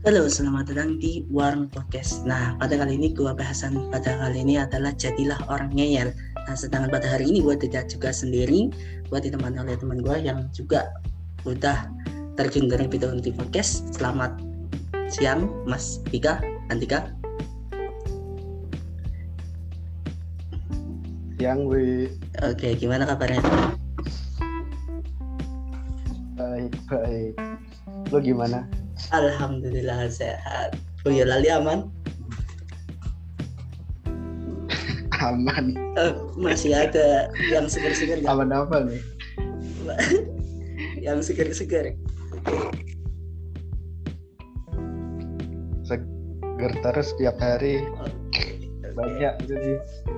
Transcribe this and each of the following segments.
Halo, selamat datang di Warung Podcast. Nah, pada kali ini bahasan pada kali ini adalah jadilah orang ngeyel. Nah, sedangkan pada hari ini gue tidak juga sendiri, gue ditemani oleh teman gue yang juga udah terjun dari bidang di podcast. Selamat siang, Mas Dika, Andika. Siang, Wi. Oke, gimana kabarnya? Baik. Lo gimana? Alhamdulillah sehat. Boyolali aman? Aman. Masih ada yang segar-segar gak? Aman apa nih? Yang segar-segar. Seger terus tiap hari. Banyak jadi.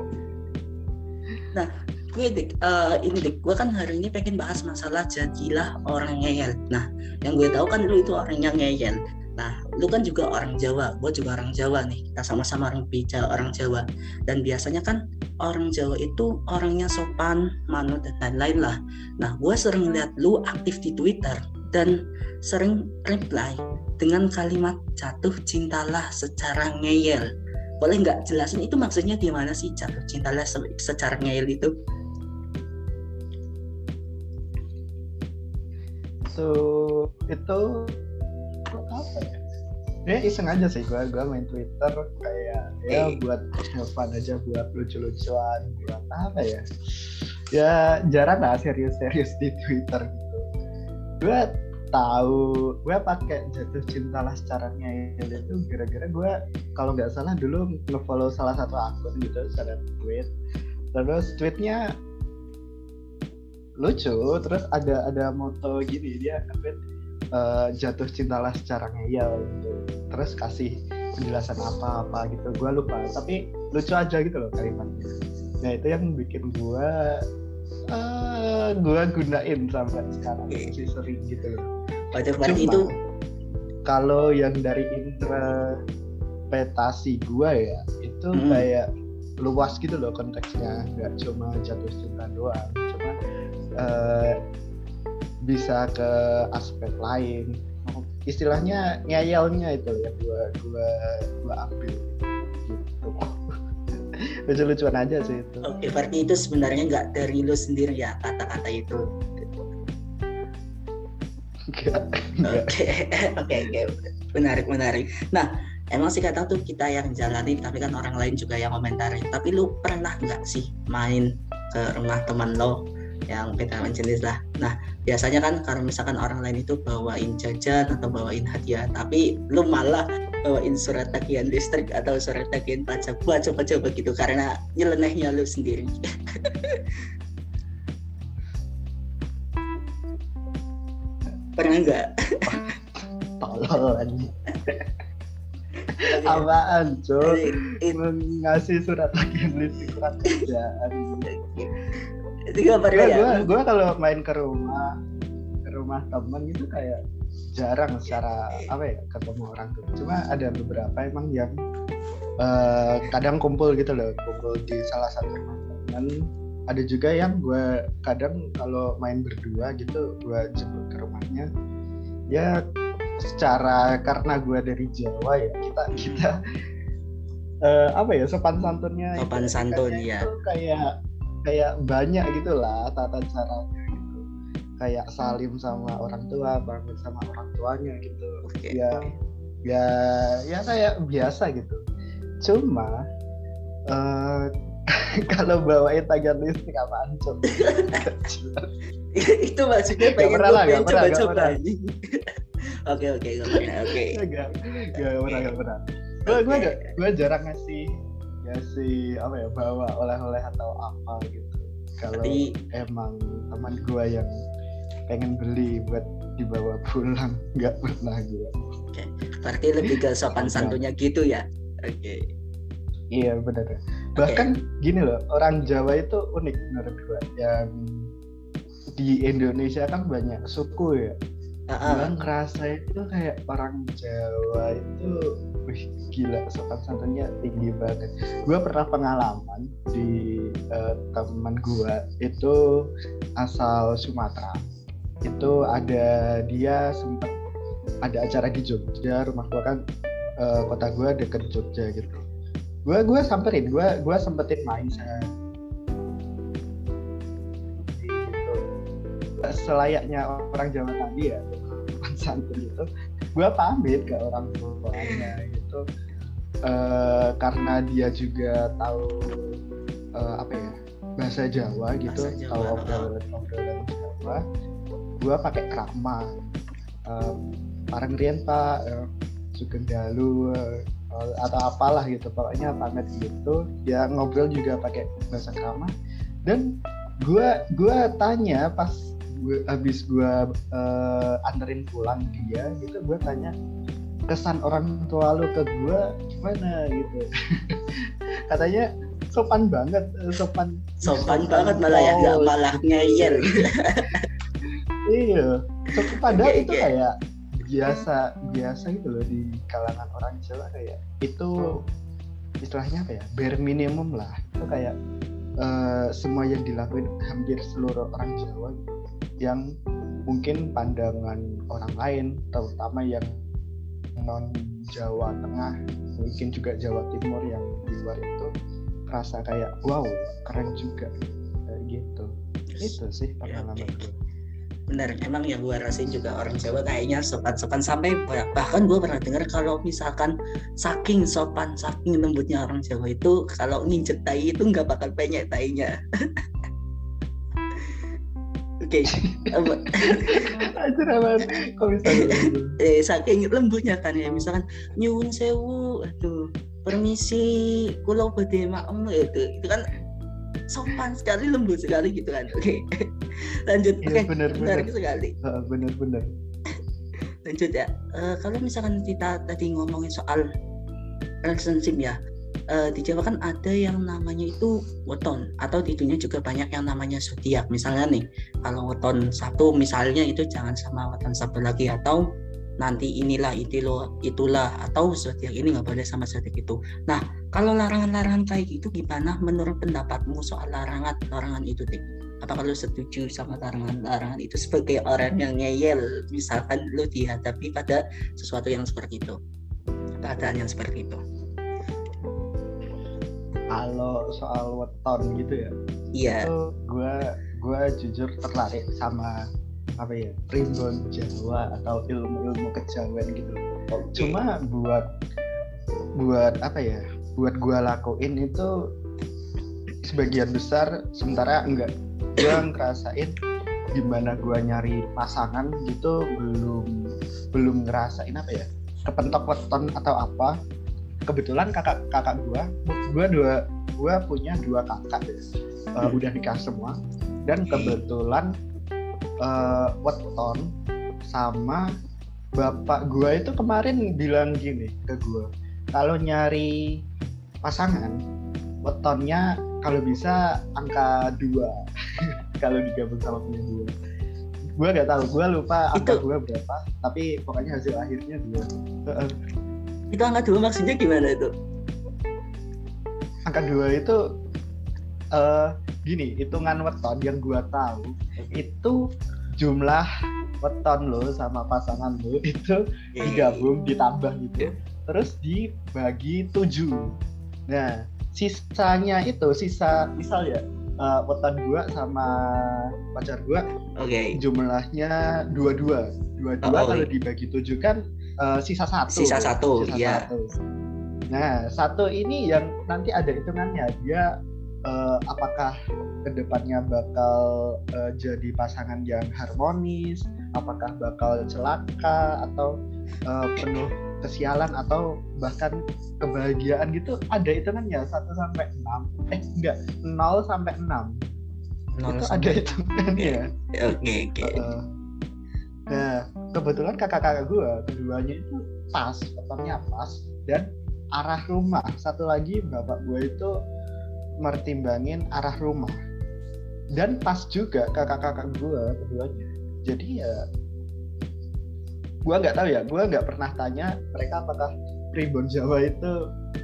Nah, gue kan hari ini pengen bahas masalah jadilah orang ngeyel. Nah, yang gue tahu kan lu itu orangnya ngeyel. Nah, lu kan juga orang Jawa, gue juga orang Jawa nih. Kita sama-sama orang Jawa. Dan biasanya kan orang Jawa itu orangnya sopan, manut dan lain-lain lah. Nah, gue sering lihat lu aktif di Twitter dan sering reply dengan kalimat jatuh cintalah secara ngeyel. Boleh nggak jelasin itu maksudnya gimana sih jatuh cintalah secara ngeyel itu? Itu apa ya? Ya iseng aja sih gue main Twitter kayak ya buat fun aja, buat lucu-lucuan, buat apa ya? Ya jarang lah serius-serius di Twitter gitu. Gue pakai jatuh cintalah secara ngeyel itu gara-gara gue kalau nggak salah dulu nge-follow salah satu akun gitu, ada tweet, terus tweetnya lucu, terus ada moto gini, dia tweet jatuh cintalah secara ngeyel gitu, terus kasih penjelasan apa gitu, gue lupa tapi lucu aja gitu loh kalimatnya. Nah itu yang bikin gue gunain sampai sekarang, masih sering gitu loh. Cuma itu kalau yang dari interpretasi gue ya itu kayak luas gitu loh konteksnya, nggak cuma jatuh cinta doang, cuma bisa ke aspek lain, istilahnya ngeyelnya itu yang gue ambil gitu. Lucu-lucuan aja sih itu. Oke, berarti itu sebenarnya nggak dari lu sendiri ya kata-kata itu. Oke, menarik. Nah, emang sih kadang tuh kita yang jalanin, tapi kan orang lain juga yang komentarin. Tapi lu pernah nggak sih main ke rumah teman lo yang beda jenis lah? Nah, biasanya kan kalau misalkan orang lain itu bawain jajan atau bawain hadiah, tapi lu malah bawain surat tagihan listrik atau surat tagihan pajak buat coba-coba gitu karena nyelenehnya lu sendiri. Pernah nggak? Tolol. Apaan, cuy? Ngasih surat tagihan listrik surat kerjaan. Itu gak pernah ya? Gue kalau main ke rumah teman gitu kayak jarang secara ketemu orang tuh. Cuma ada beberapa emang yang kadang kumpul gitu loh, kumpul di salah satu rumah teman. Ada juga yang gue kadang kalau main berdua gitu gue jemput ke rumahnya. Ya secara karena gue dari Jawa ya kita sopan santunnya. Sopan santun ya. Kayak banyak gitulah tata caranya gitu. Kayak salim sama orang tua, pamit sama orang tuanya gitu. Okay. Ya kayak biasa gitu. Cuma kalau bawain tagihan listrik apaan coba? Itu maksudnya pengen coba-coba aja. Oke. Gak pernah. Gue jarang ngasih bawa oleh-oleh atau apa gitu. Kalau emang teman gue yang pengen beli buat dibawa pulang, nggak pernah gue. Oke. Berarti lebih ke sopan santunnya gitu ya? Oke. Iya benar. Bahkan gini loh, orang Jawa itu unik menurut gue. Yang di Indonesia kan banyak suku ya. Gue ngerasa itu kayak orang Jawa itu gila, sopan santunnya tinggi banget. Gue pernah pengalaman di teman gue itu asal Sumatera. Itu ada dia sempat ada acara di Jogja, rumah gue kan kota gue deket Jogja gitu. Gue samperin, gue sempetin main gitu. Selayaknya orang Jawa tadi ya, santun gitu. Gue pamit ke orang tuanya gitu, karena dia juga tahu bahasa Jawa gitu, tahu obrolan Jawa. Gue pakai krama, pareng riyen Pak, sugeng dalu atau apalah gitu, pokoknya pamit gitu. Dia ngobrol juga pakai bahasa krama, dan gue tanya pas habis gue anterin pulang dia gitu, gue tanya kesan orang tua lu ke gue gimana gitu. Katanya sopan banget banget malah ya, nggak malah ngeyel. Iya, padahal itu kayak biasa gitu loh di kalangan orang Jawa, kayak itu istilahnya apa ya, bare minimum lah. Itu kayak semua yang dilakuin hampir seluruh orang Jawa gitu, yang mungkin pandangan orang lain, terutama yang non Jawa Tengah, mungkin juga Jawa Timur yang di luar itu, rasa kayak wow keren juga kayak gitu. Itu sih pengalaman gue. Bener, emang yang gue rasain juga orang Jawa kayaknya sopan-sopan, sampai bahkan gue pernah dengar kalau misalkan saking sopan, saking lembutnya orang Jawa itu, kalau nginjek tai itu nggak bakal penyek tainya. Oke. Ajar aman. Kok bisa gitu? Saking lembutnya kan ya, misalkan nyuwun sewu, aduh, permisi, kula badhe maem itu kan sopan sekali, lembut sekali gitu kan. Oke. Lanjut. Ya, Oke. Menarik sekali. Bener. Lanjut ya. Kalau misalkan kita tadi ngomongin soal relationship ya, di Jawa kan ada yang namanya itu weton, atau di dunia juga banyak yang namanya zodiak. Misalnya nih, kalau weton Sabtu misalnya itu jangan sama weton Sabtu lagi, atau nanti inilah itulah, atau zodiak ini nggak boleh sama zodiak itu. Nah, kalau larangan-larangan kayak gitu gimana menurut pendapatmu soal larangan itu, Tik? Apakah lu setuju sama larangan-larangan itu sebagai orang yang ngeyel, misalkan lu dihadapi pada sesuatu yang seperti itu, keadaan yang seperti itu? Kalau soal weton gitu ya, itu gue jujur tertarik sama primbon Jawa atau ilmu kejawen gitu. Cuma buat gue lakuin itu sebagian besar sementara enggak. Gue ngerasain gimana gue nyari pasangan gitu, belum ngerasain kepentok weton atau apa. Kebetulan kakak gue punya dua kakak udah nikah semua, dan kebetulan weton sama bapak gue itu kemarin bilang gini ke gue, kalau nyari pasangan wetonnya kalau bisa angka 2 kalau digabung sama punya 2. Gue nggak tahu, gue lupa angka gue berapa, tapi pokoknya hasil akhirnya 2. Itu angka 2 maksudnya gimana itu? Angka 2 itu gini, hitungan weton yang gua tahu itu jumlah weton lo sama pasangan lo itu digabung, ditambah gitu, terus dibagi 7. Nah, sisanya itu misal ya, weton gua sama pacar gua jumlahnya 22. Kalau dibagi 7 kan sisa 1. Sisa 1. Nah, 1 ini yang nanti ada hitungannya, dia apakah kedepannya bakal jadi pasangan yang harmonis, apakah bakal celaka atau penuh kesialan, atau bahkan kebahagiaan gitu. Ada hitungannya 1 sampai 6. 0 sampai 6. Itu ada hitungannya. Oke. Nah, kebetulan kakak-kakak gue keduanya itu pas, wetonnya pas, dan arah rumah. Satu lagi bapak gue itu mertimbangin arah rumah, dan pas juga kakak-kakak gue keduanya. Jadi ya gue nggak tahu ya, gue nggak pernah tanya mereka apakah primbon Jawa itu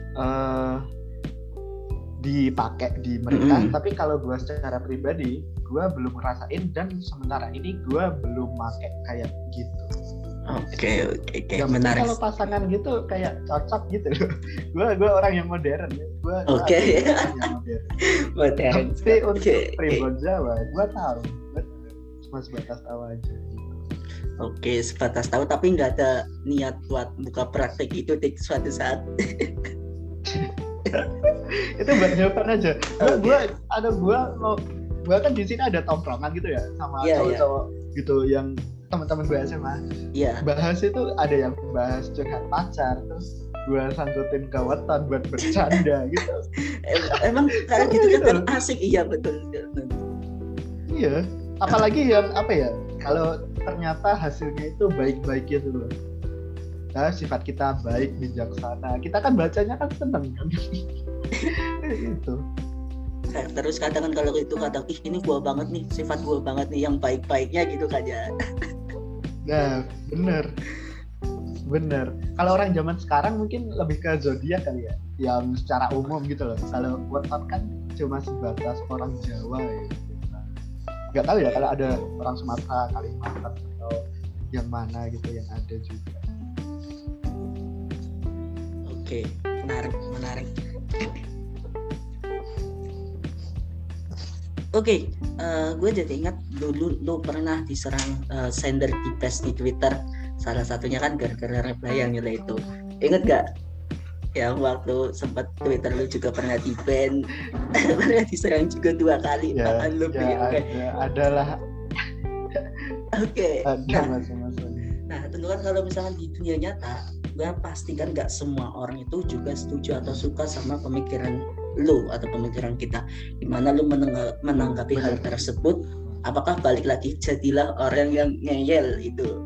dipakai di mereka. Tapi kalau gue secara pribadi, gue belum ngerasain, dan sementara ini gue belum pakai kayak gitu. Oke, Yang penting menarik. kalau pasangan gitu kayak cocok gitu loh. Gue orang yang modern ya. Gue Oke. orang yang modern. Modern. Tapi untuk Oke. Primbon Jawa, gue tahu. Gue cuma sebatas tahu aja. Oke, sebatas tahu tapi nggak ada niat buat buka praktek itu di suatu saat. Itu buat jawaban aja. Gue kan di sini ada tongkrongan gitu ya sama Iya, cowok-cowok gitu yang teman-teman gue SMA. Iya. Bahas itu ada yang bahas curhat pacar, terus gue sangkutin ke weton buat bercanda gitu. Emang kalau gitu kan asik, iya betul. Iya. Apalagi yang apa ya? Kalau ternyata hasilnya itu baik-baik gitu loh. Nah, sifat kita baik, bijaksana. Kita kan bacanya kan seneng kan. Itu. Terus kadang kan kalau itu kadang ini gua banget nih, sifat gua banget nih yang baik-baiknya gitu kan ya. Nah, bener. Kalau orang zaman sekarang mungkin lebih ke zodiak kali ya, yang secara umum gitu loh. Kalau weton kan cuma sebatas orang Jawa ya. Nggak tahu ya kalau ada orang Sumatera, Kalimantan atau yang mana gitu yang ada juga. Oke, menarik. Oke, gue jadi ingat dulu lu pernah diserang sender di page di Twitter. Salah satunya kan gara-gara reply yang nilai itu. Ingat gak? Yang waktu sempat Twitter lu juga pernah di-ban, pernah diserang juga 2 kali. Ya, Tahan lu adalah. Oke. Ada masa-masa. Nah, tentu kan kalau misalkan di dunia nyata, gue pastikan nggak semua orang itu juga setuju atau suka sama pemikiran lu atau pemikiran kita. Dimana lu menanggapi hal tersebut, apakah balik lagi jadilah orang yang ngeyel itu?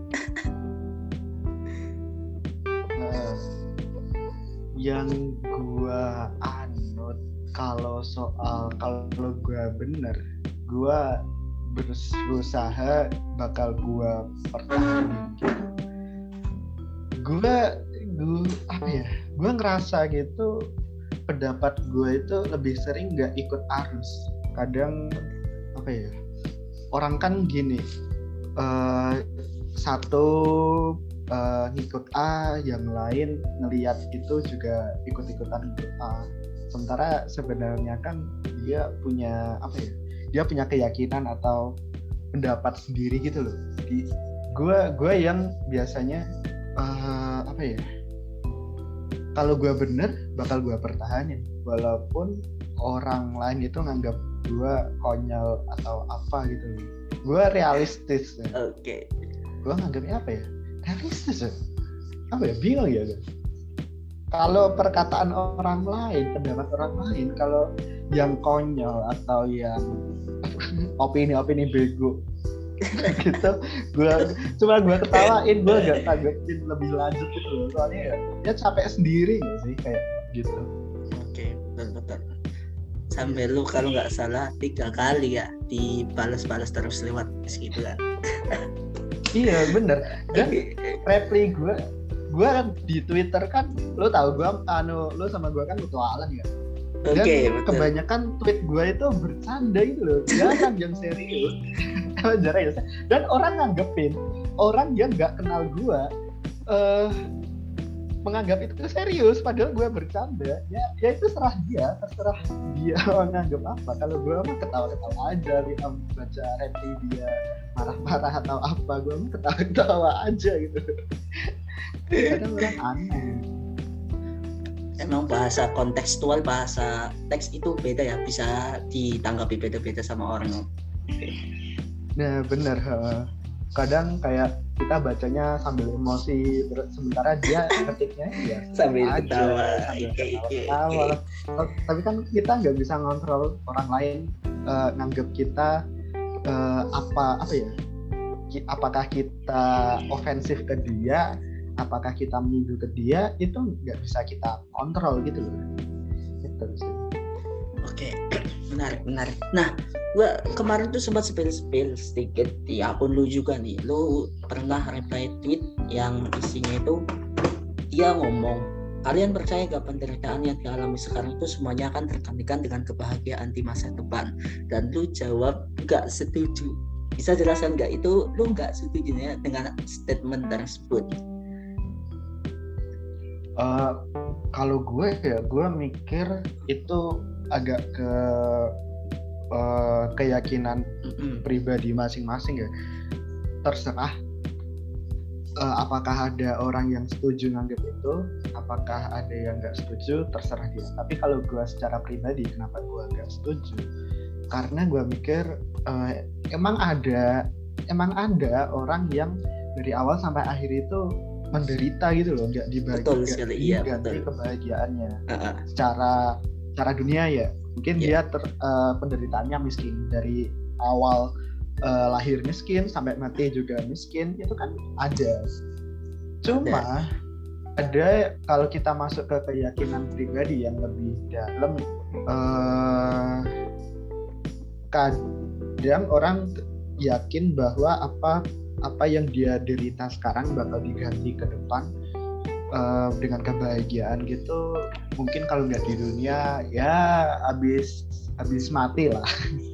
Yang gua anut kalau gua bener, gua berusaha bakal gua pertahanin gitu. Gua apa ya? Gua ngerasa gitu pendapat gua itu lebih sering nggak ikut arus. Kadang apa ya? Orang kan gini, satu ngikut A, yang lain ngelihat itu juga ikut-ikutan ngikut A. Sementara sebenarnya kan dia punya apa ya? Dia punya keyakinan atau pendapat sendiri gitu loh. Jadi gue yang biasanya apa ya? Kalau gue bener bakal gue pertahanin, walaupun orang lain itu nganggap gue konyol atau apa gitu loh. Gue realistis. Ya. Oke. Gue nganggapnya apa ya? Realistis ya? Apa ya? Bingung ya guys. Kalau perkataan orang lain, pendapat orang lain, kalau yang konyol atau yang opini bego gitu, gue ketawain, gue gak tanggepin lebih lanjut gitu loh. Soalnya ya capek sendiri gak sih kayak gitu. Oke, betul. Sampai lu kalau nggak salah 3 kali ya dibalas-balas terus lewat gitu kan. Iya bener. Dan reply gue kan di Twitter kan, lo tau gue lo sama gue kan mutualan ya. Dan kebanyakan tweet gue itu bercanda gitu loh, jarang yang serius. Dan orang nganggepin orang yang nggak kenal gue menganggap itu serius, padahal gue bercanda. Ya itu terserah dia menganggap apa. Kalau gue mah ketawa-ketawa aja, baca reply dia marah-marah atau apa, gue mah ketawa-ketawa aja gitu. Kadang orang aneh. Emang bahasa kontekstual, bahasa teks itu beda ya, bisa ditanggapi beda-beda sama orang. Nah bener, kadang kayak kita bacanya sambil emosi, sementara dia ketiknya ya sambil ketawa. Tapi kan kita nggak bisa ngontrol orang lain nganggap kita apa ya? Apakah kita ofensif ke dia? Apakah kita menyinggung ke dia? Itu nggak bisa kita kontrol gitu loh. Itu sih. Oke, menarik. Nah, gua kemarin tuh sempat spill sedikit di akun lu juga nih. Lu pernah reply tweet yang isinya itu dia ngomong, kalian percaya gak penderitaan yang dialami sekarang itu semuanya akan tergantikan dengan kebahagiaan di masa depan? Dan lu jawab gak setuju. Bisa jelaskan nggak itu lu nggak setuju ya dengan statement tersebut? Kalau gue mikir itu agak ke keyakinan pribadi masing-masing ya. Terserah apakah ada orang yang setuju nganggap itu, apakah ada yang nggak setuju, terserah dia. Tapi kalau gue secara pribadi, kenapa gue nggak setuju? Karena gue mikir emang ada orang yang dari awal sampai akhir itu menderita gitu loh, nggak diganti kebahagiaannya. Secara dunia ya, mungkin dia penderitaannya miskin dari awal. Lahir miskin sampai mati juga miskin, itu kan ada. Cuma ada kalau kita masuk ke keyakinan pribadi yang lebih dalam, kadang orang yakin bahwa apa yang dia derita sekarang bakal diganti ke depan dengan kebahagiaan gitu. Mungkin kalau nggak di dunia ya habis mati lah.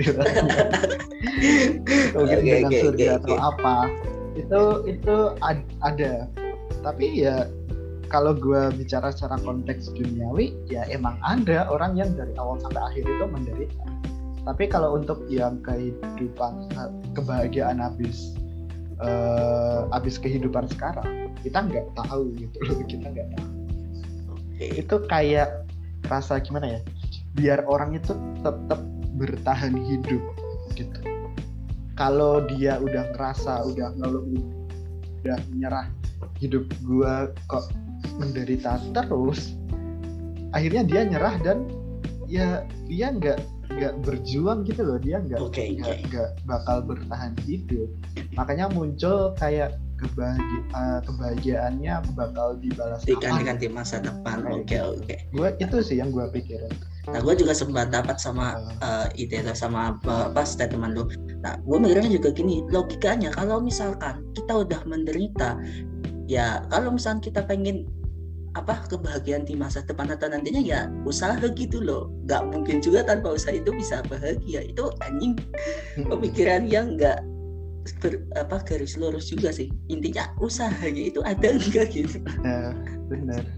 Mungkin dengan surga atau apa. Itu ada. Tapi ya kalau gue bicara secara konteks duniawi, ya emang ada orang yang dari awal sampai akhir itu menderita. Tapi kalau untuk yang kehidupan kebahagiaan habis kehidupan sekarang, kita nggak tahu gitu loh, kita nggak tahu. Itu kayak rasa gimana ya? Biar orang itu tetap bertahan hidup gitu. Kalau dia udah ngerasa udah ngeluh, udah menyerah, hidup gua kok menderita terus, akhirnya dia nyerah dan ya dia nggak berjuang gitu loh, dia nggak bakal bertahan hidup. Makanya muncul kayak kebahagiaannya bakal dibalas ganti masa depan. Oke. Gue itu sih yang gue pikirin. Nah, gue juga sempat dapat sama ide sama statement lu. Nah, gue mikirnya juga gini, logikanya kalau misalkan kita udah menderita, ya kalau misalkan kita pengen kebahagiaan di masa depan atau nantinya, ya usaha gitu loh. Nggak mungkin juga tanpa usaha itu bisa bahagia. Itu anjing pemikiran yang nggak garis lurus juga sih. Intinya usahanya itu ada enggak gitu. Benar.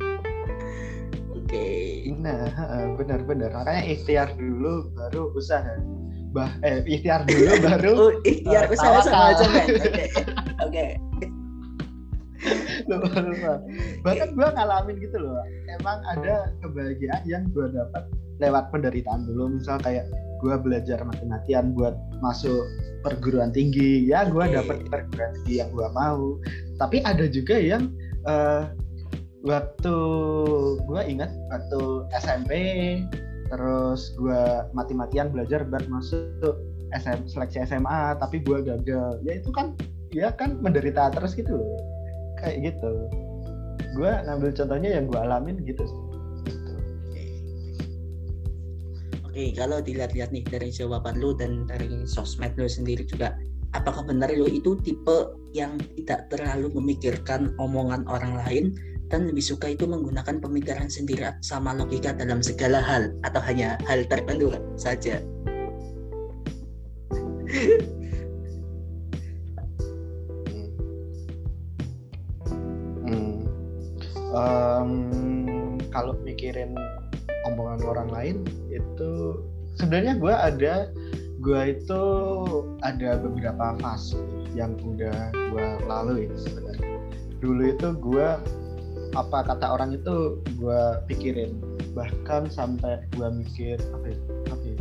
Oke. Nah, benar. Makanya ikhtiar dulu baru usaha. Ikhtiar dulu baru ikhtiar usaha sama aja kan. Oke. Bahkan gue ngalamin gitu loh. Emang ada kebahagiaan yang gue dapat lewat penderitaan dulu. Misal kayak gue belajar mati-matian buat masuk perguruan tinggi, ya gue dapet perguruan tinggi yang gue mau. Tapi ada juga yang waktu gue ingat waktu SMP, terus gue mati-matian belajar buat masuk seleksi SMA, tapi gue gagal. Ya itu kan, ya kan menderita terus gitu loh, kayak gitu. Gue ngambil contohnya yang gue alamin gitu. Oke, kalau dilihat-lihat nih dari jawaban lu dan dari sosmed lu sendiri juga, apakah benar lu itu tipe yang tidak terlalu memikirkan omongan orang lain dan lebih suka itu menggunakan pemikiran sendiri sama logika dalam segala hal, atau hanya hal tertentu saja? Kalau mikirin omongan orang lain itu sebenarnya gue itu ada beberapa fase yang udah gue lalui sebenarnya. Dulu itu gue apa kata orang itu gue pikirin, bahkan sampai gue mikir apa ya,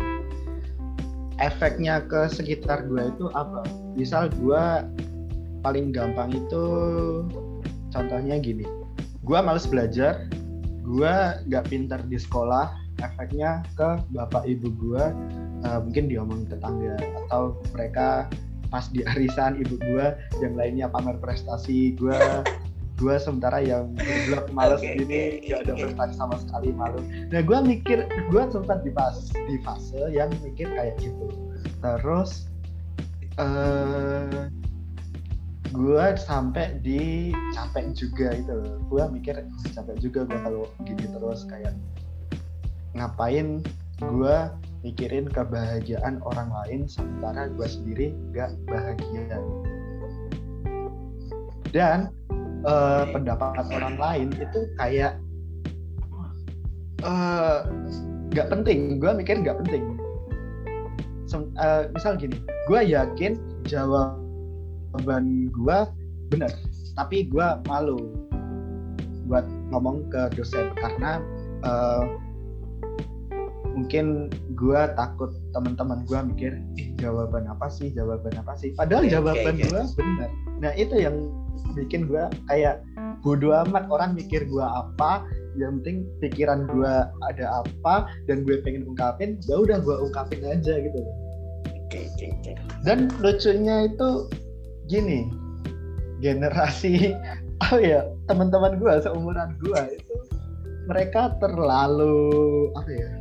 efeknya ke sekitar gue itu apa. Misal gue paling gampang itu contohnya gini, gue males belajar, gue gak pintar di sekolah, efeknya ke bapak ibu gue, mungkin diomongin tetangga, atau mereka pas di arisan ibu gue yang lainnya pamer prestasi, gue sementara yang berblok males gini, gak ada prestasi sama sekali, malu. Nah gue mikir, gue sempat di fase yang mikir kayak gitu. Terus gue sampai di capek juga itu. Gue mikir capek juga gue kalau gini terus, kayak ngapain gue mikirin kebahagiaan orang lain sementara gue sendiri gak bahagia. Dan pendapat orang lain itu kayak gak penting. Gue mikir gak penting. Misal gini, gue yakin jawaban gue benar, tapi gue malu buat ngomong ke dosen karena mungkin gue takut teman-teman gue mikir jawaban apa sih padahal jawaban gue benar. Nah itu yang bikin gue kayak bodoh amat orang mikir gue apa, yang penting pikiran gue ada apa dan gue pengen ungkapin, ya udah gue ungkapin aja gitu. Dan lucunya itu gini, generasi teman-teman gue seumuran gue itu mereka terlalu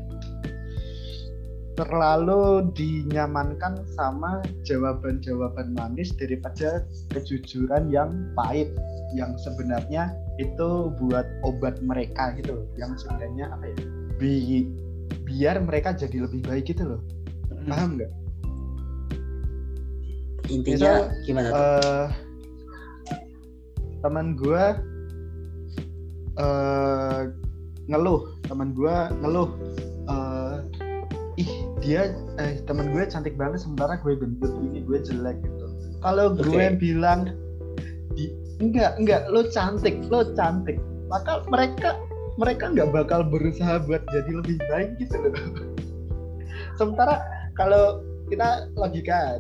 dinyamankan sama jawaban-jawaban manis daripada kejujuran yang pahit, yang sebenarnya itu buat obat mereka gitu loh, yang sebenarnya biar mereka jadi lebih baik gitu loh. Paham nggak? Intinya gimana tuh? Teman gue ngeluh teman gue cantik banget sementara gue gendut gini, gue jelek gitu. Kalau gue bilang enggak lo cantik, maka mereka nggak bakal berusaha buat jadi lebih baik gitu loh. Sementara kalau kita logika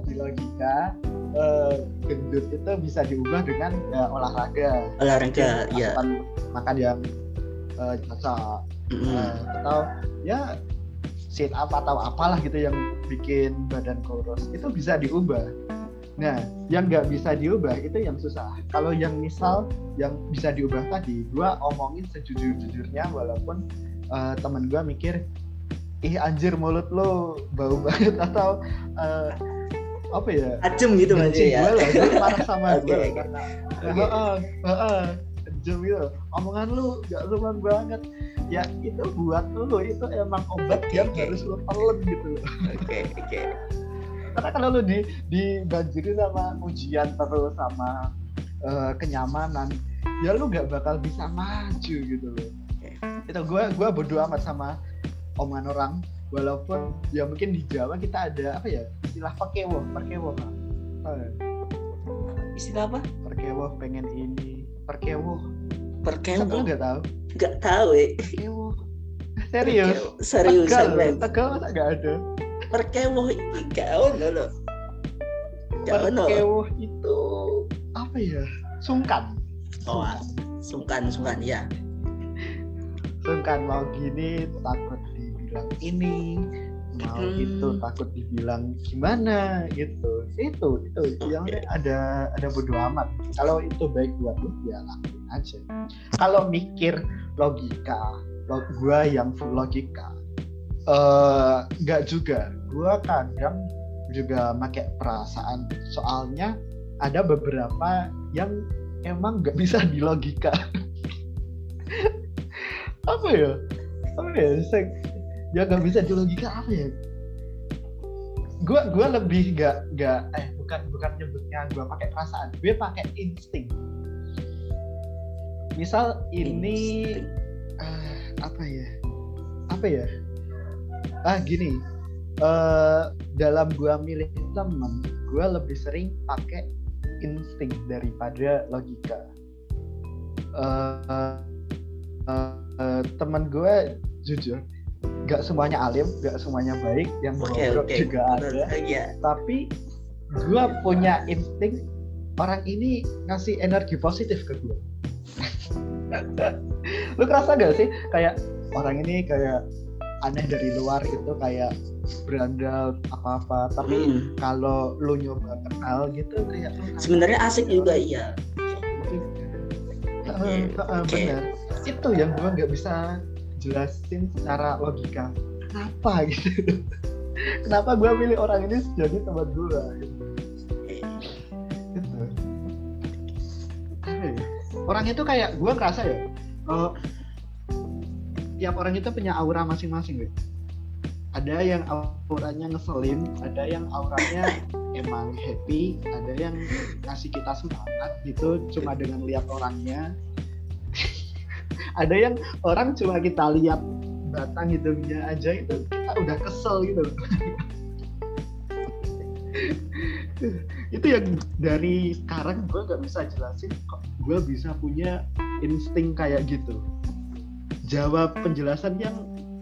gendut itu bisa diubah dengan olahraga ya, makan yang cocok, atau ya sit up atau apalah gitu yang bikin badan kurus, itu bisa diubah. Nah yang nggak bisa diubah itu yang susah. Kalau yang misal yang bisa diubah tadi, gue omongin sejujur-jujurnya walaupun temen gue mikir anjir mulut lo bau banget atau ajem gitu aja ya, gue marah sama gue karena ajem gitu, omongan lu gak lumayan banget ya, itu buat lu itu emang obat yang harus lu telan gitu. Karena kalau lu dibanjiri sama ujian terus sama kenyamanan, ya lu gak bakal bisa maju gitu loh. Itu gue bodo amat sama omongan orang, walaupun ya mungkin di Jawa kita ada istilah perkewoh. Istilah apa? Perkewoh, pengen ini. Perkewoh. Lu nggak tahu? Nggak tahu Perkewoh. Serius. Tegal masa nggak ada? Perkewoh itu gaun loh. Perkewoh itu sungkan. Sungkan ya. Sungkan mau gini takut dibilang ini, mau itu takut dibilang gimana gitu. Itu yang ada bodo amat. Kalau itu baik buat lu ya lakuin aja. Kalau mikir logika, gue yang full logika, nggak juga. Gue kadang juga pakai perasaan. Soalnya ada beberapa yang emang nggak bisa dilogika. Ya nggak bisa dilogika gue lebih bukan nyebutnya gue pakai perasaan, gue pakai insting. Misal ini gini, dalam gue milih teman, gue lebih sering pakai insting daripada logika. Teman gue jujur gak semuanya alim, gak semuanya baik, yang bobrok juga ada. Tapi gue punya insting orang ini ngasih energi positif ke gue. Lu kerasa gak sih kayak orang ini kayak aneh dari luar itu kayak berandal apa-apa, tapi kalau lu nyoba kenal gitu kayak sebenarnya asik juga ya. Benar. Itu yang gue nggak bisa jelasin secara logika. Kenapa gitu? Kenapa gue milih orang ini jadi teman gue? Gitu. Orang itu kayak gue ngerasa tiap orang itu punya aura masing-masing gitu. Ada yang auranya ngeselin, ada yang auranya emang happy, ada yang ngasih kita semangat gitu cuma dengan lihat orangnya. Ada yang orang cuma kita lihat batang hidungnya aja itu kita udah kesel gitu. Itu yang dari sekarang gue gak bisa jelasin kok gue bisa punya insting kayak gitu. Jawab penjelasan yang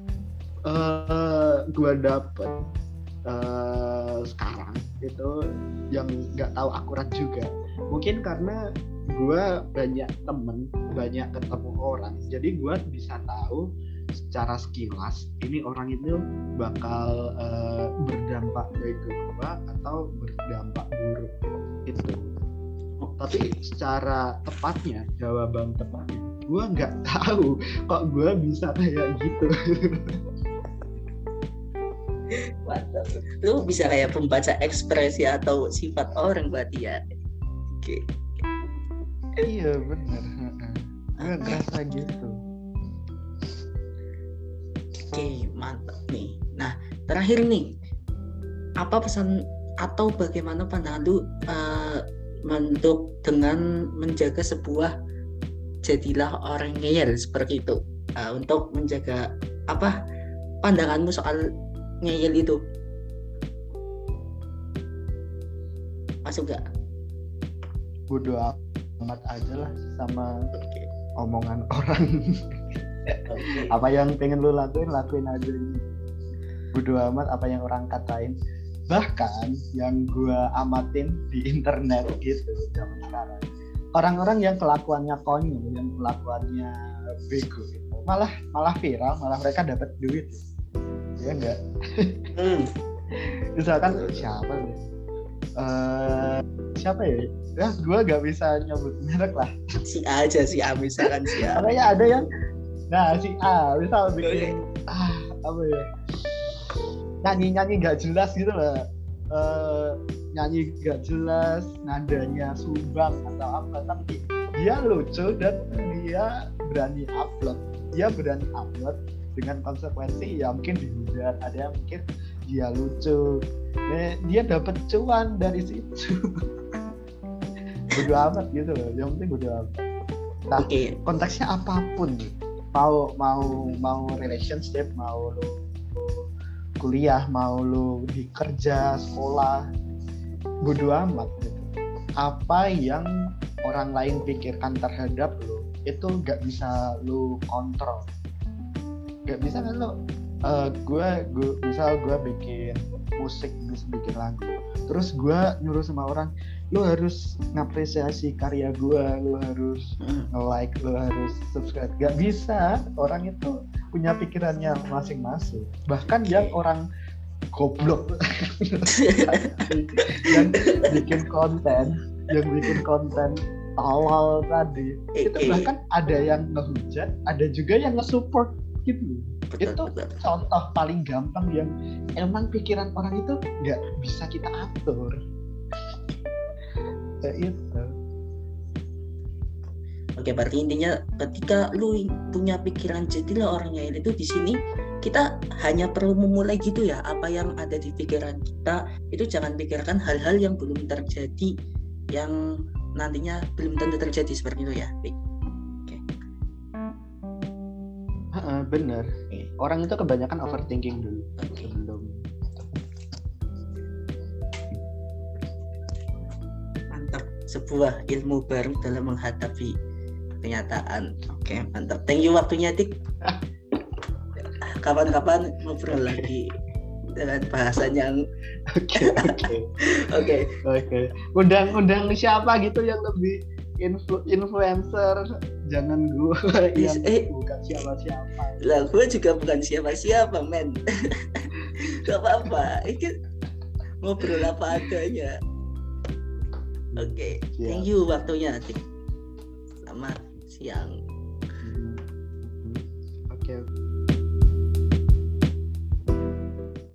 gue dapet sekarang itu yang nggak tahu akurat juga. Mungkin karena gue banyak temen, banyak ketemu orang, jadi gue bisa tahu secara sekilas ini orang itu bakal berdampak baik ke gue atau berdampak buruk itu. Tapi secara tepatnya, jawaban tepatnya gue nggak tahu kok gue bisa kayak gitu. Mantap. Lu bisa kayak pembaca ekspresi atau sifat orang berarti ya. Oke. Iya benar. Gue ngerasa gitu. Oke, mantap nih. Nah, terakhir nih, apa pesan atau bagaimana pandangan lu untuk dengan menjaga sebuah jadilah orang ngeyel seperti itu, untuk menjaga apa pandanganmu soal ngeyel itu? Masuk gak? Bodo amat aja lah sama omongan orang. Apa yang pengen lu lakuin aja. Bodo amat apa yang orang katain. Bahkan yang gua amatin di internet gitu zaman sekarang, orang-orang yang kelakuannya konyol, yang kelakuannya bego gitu, malah viral, malah mereka dapat duit. Ya enggak? Misalkan siapa ya? Ya gue gak bisa nyebut merek lah. Si A aja, si A misalkan si A. Makanya ada yang, nah si A misal bikin apa ya? Nyanyi gak jelas gitu lah. Nyanyi gak jelas, nadanya sumbang atau apa, tapi dia lucu dan dia berani upload. Dia berani upload dengan konsekuensi ya mungkin dihujat, ada yang mungkin dia lucu. Dia dapat cuan dari situ. Bodo amat gitu loh, yang penting bodo amat. Nah, konteksnya apapun, mau relationship, mau lu kuliah, mau lu di kerja, sekolah, bodo amat gitu. Apa yang orang lain pikirkan terhadap lu itu gak bisa lu kontrol. Gak bisa kan lo, misal gue bikin musik, bikin lagu, terus gue nyuruh sama orang, lo harus ngapresiasi karya gue, lo harus like, lo harus subscribe. Gak bisa, orang itu punya pikirannya masing-masing. Bahkan yang orang goblok yang bikin konten tolol tadi, itu bahkan ada yang ngehujat, ada juga yang nge-support gitu. Itu contoh paling gampang yang emang pikiran orang itu nggak bisa kita atur. Kayak itu. Oke, berarti intinya ketika lu punya pikiran jadilah orang ngeyel itu, di sini kita hanya perlu memulai gitu ya. Apa yang ada di pikiran kita itu jangan pikirkan hal-hal yang belum terjadi, yang nantinya belum tentu terjadi, seperti itu ya. Oke. Bener. Orang itu kebanyakan overthinking dulu sebelum. Mantap, sebuah ilmu baru dalam menghadapi kenyataan. Oke, mantap. Thank you waktunya, Dik. Kapan-kapan ngobrol lagi dengan bahasan yang Oke. Undang siapa gitu yang lebih influencer, jangan gue yang bukan siapa-siapa. Lah, gue juga bukan siapa-siapa, men. Gak apa-apa, ini ngobrol apa adanya. Oke. Thank you waktunya, Dik. Selamat siang. Oke.